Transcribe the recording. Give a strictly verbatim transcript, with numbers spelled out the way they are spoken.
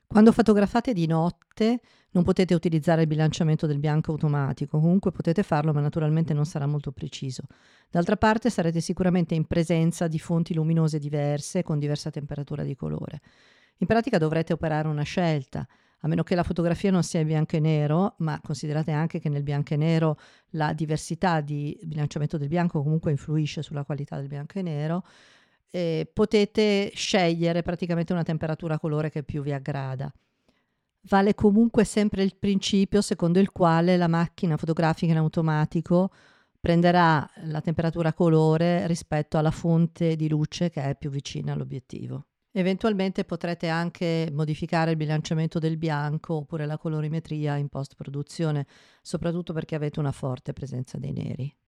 Quando fotografate di notte non potete utilizzare il bilanciamento del bianco automatico, comunque potete farlo, ma naturalmente non sarà molto preciso. D'altra parte sarete sicuramente in presenza di fonti luminose diverse con diversa temperatura di colore. In pratica dovrete operare una scelta, a meno che la fotografia non sia in bianco e nero, ma considerate anche che nel bianco e nero la diversità di bilanciamento del bianco comunque influisce sulla qualità del bianco e nero. Eh, potete scegliere praticamente una temperatura colore che più vi aggrada. Vale comunque sempre il principio secondo il quale la macchina fotografica in automatico prenderà la temperatura colore rispetto alla fonte di luce che è più vicina all'obiettivo. Eventualmente potrete anche modificare il bilanciamento del bianco oppure la colorimetria in post produzione, soprattutto perché avete una forte presenza dei neri.